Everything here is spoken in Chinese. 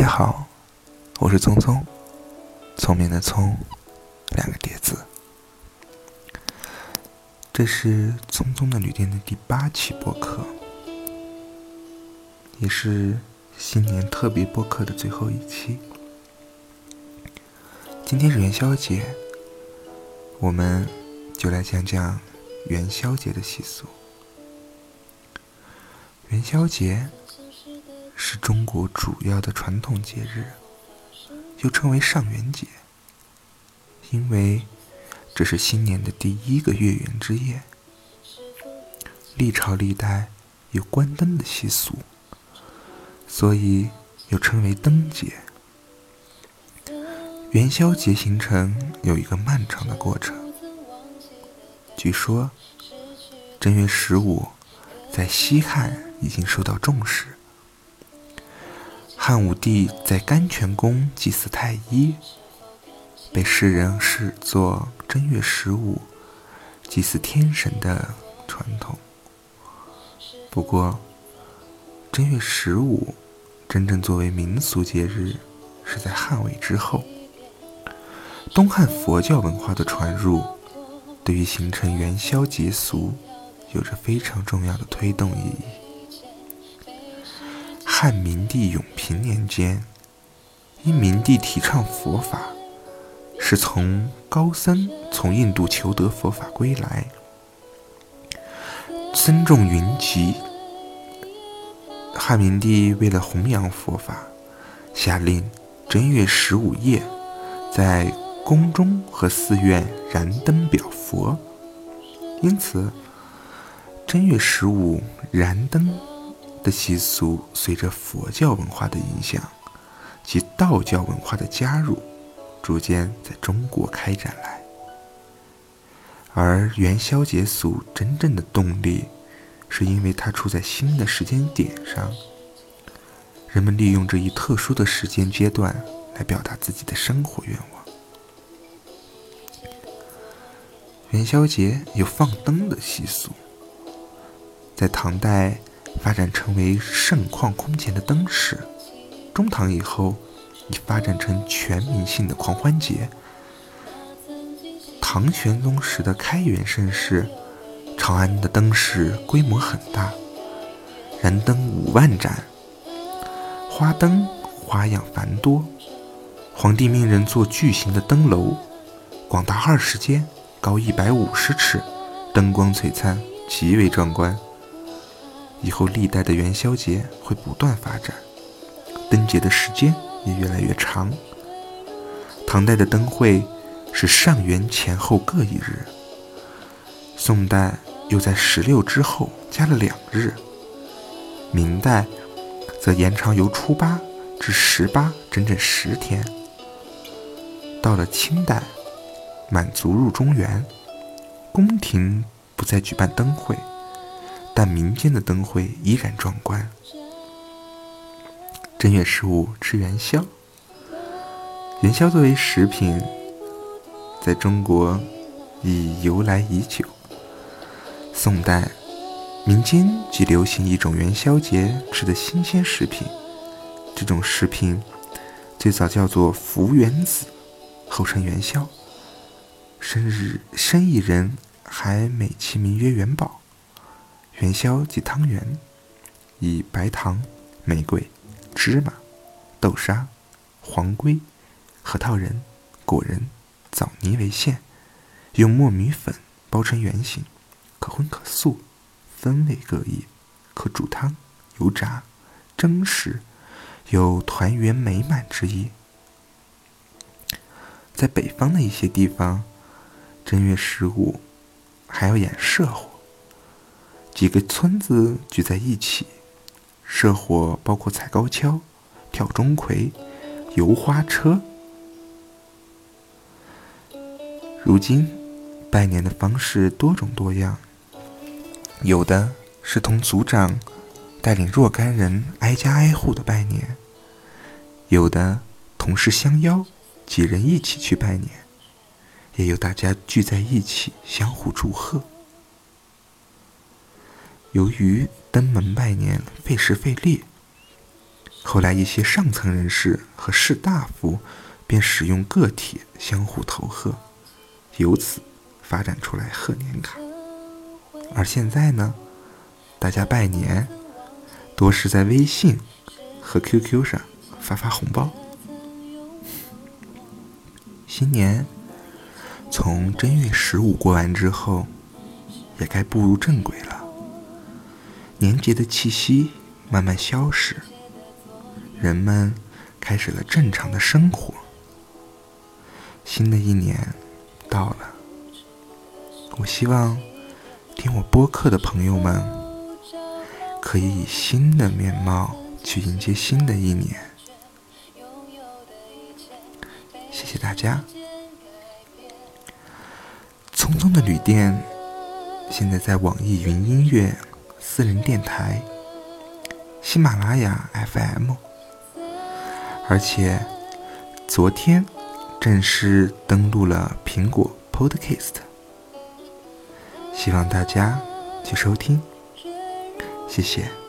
家好，我是聪聪，聪明的聪，两个叠字。这是聪聪的旅店的第8期播客，也是新年特别播客的最后一期。今天是元宵节，我们就来讲讲元宵节的习俗。元宵节是中国主要的传统节日，又称为上元节，因为这是新年的第1个月圆之夜。历朝历代有关灯的习俗，所以又称为灯节。元宵节形成有一个漫长的过程。据说正月15在西汉已经受到重视。汉武帝在甘泉宫祭祀太一，被世人视作正月15祭祀天神的传统。不过正月15真正作为民俗节日是在汉魏之后。东汉佛教文化的传入对于形成元宵节俗有着非常重要的推动意义。汉明帝永平年间，因明帝提倡佛法，是从高僧从印度求得佛法归来，僧众云集。汉明帝为了弘扬佛法，下令正月15夜在宫中和寺院燃灯表佛，因此正月15燃灯的习俗随着佛教文化的影响及道教文化的加入，逐渐在中国开展来。而元宵节俗真正的动力，是因为它处在新的时间点上，人们利用这一特殊的时间阶段来表达自己的生活愿望。元宵节有放灯的习俗，在唐代发展成为盛况空前的灯市，中唐以后已发展成全民性的狂欢节。唐玄宗时的开元盛世，长安的灯市规模很大，燃灯5万盏，花灯花样繁多。皇帝命人做巨型的灯楼，广达20间，高150尺，灯光璀璨，极为壮观。以后历代的元宵节会不断发展，灯节的时间也越来越长。唐代的灯会是上元前后各1日，宋代又在16之后加了2日，明代则延长由初8至18，整整10天。到了清代，满族入中原，宫廷不再举办灯会，但民间的灯会依然壮观。正月15吃元宵。元宵作为食品，在中国已由来已久。宋代，民间即流行一种元宵节吃的新鲜食品，这种食品最早叫做福元子，后称元宵。生意人还美其名曰元宝。元宵即汤圆，以白糖、玫瑰、芝麻、豆沙、黄龟、核桃仁、果仁、枣泥为馅，用糯米粉包成圆形，可荤可素，风味各异，可煮汤、油炸、蒸食，有团圆美满之意。在北方的一些地方，正月15还要演社火，几个村子聚在一起，社火包括踩高跷、跳钟馗、游花车。如今拜年的方式多种多样，有的是同族长带领若干人挨家挨户的拜年，有的同事相邀几人一起去拜年，也有大家聚在一起相互祝贺。由于登门拜年费时费力， 后来一些上层人士和士大夫便使用个帖相互投贺，由此发展出来贺年卡。而现在呢，大家拜年多是在微信和 QQ 上发红包。新年从正月15过完之后，也该步入正轨了。年节的气息慢慢消逝，人们开始了正常的生活。新的一年到了，我希望听我播客的朋友们可以以新的面貌去迎接新的一年。谢谢大家。匆匆的旅店现在在网易云音乐私人电台、喜马拉雅 FM， 而且昨天正式登录了苹果 Podcast， 希望大家去收听，谢谢。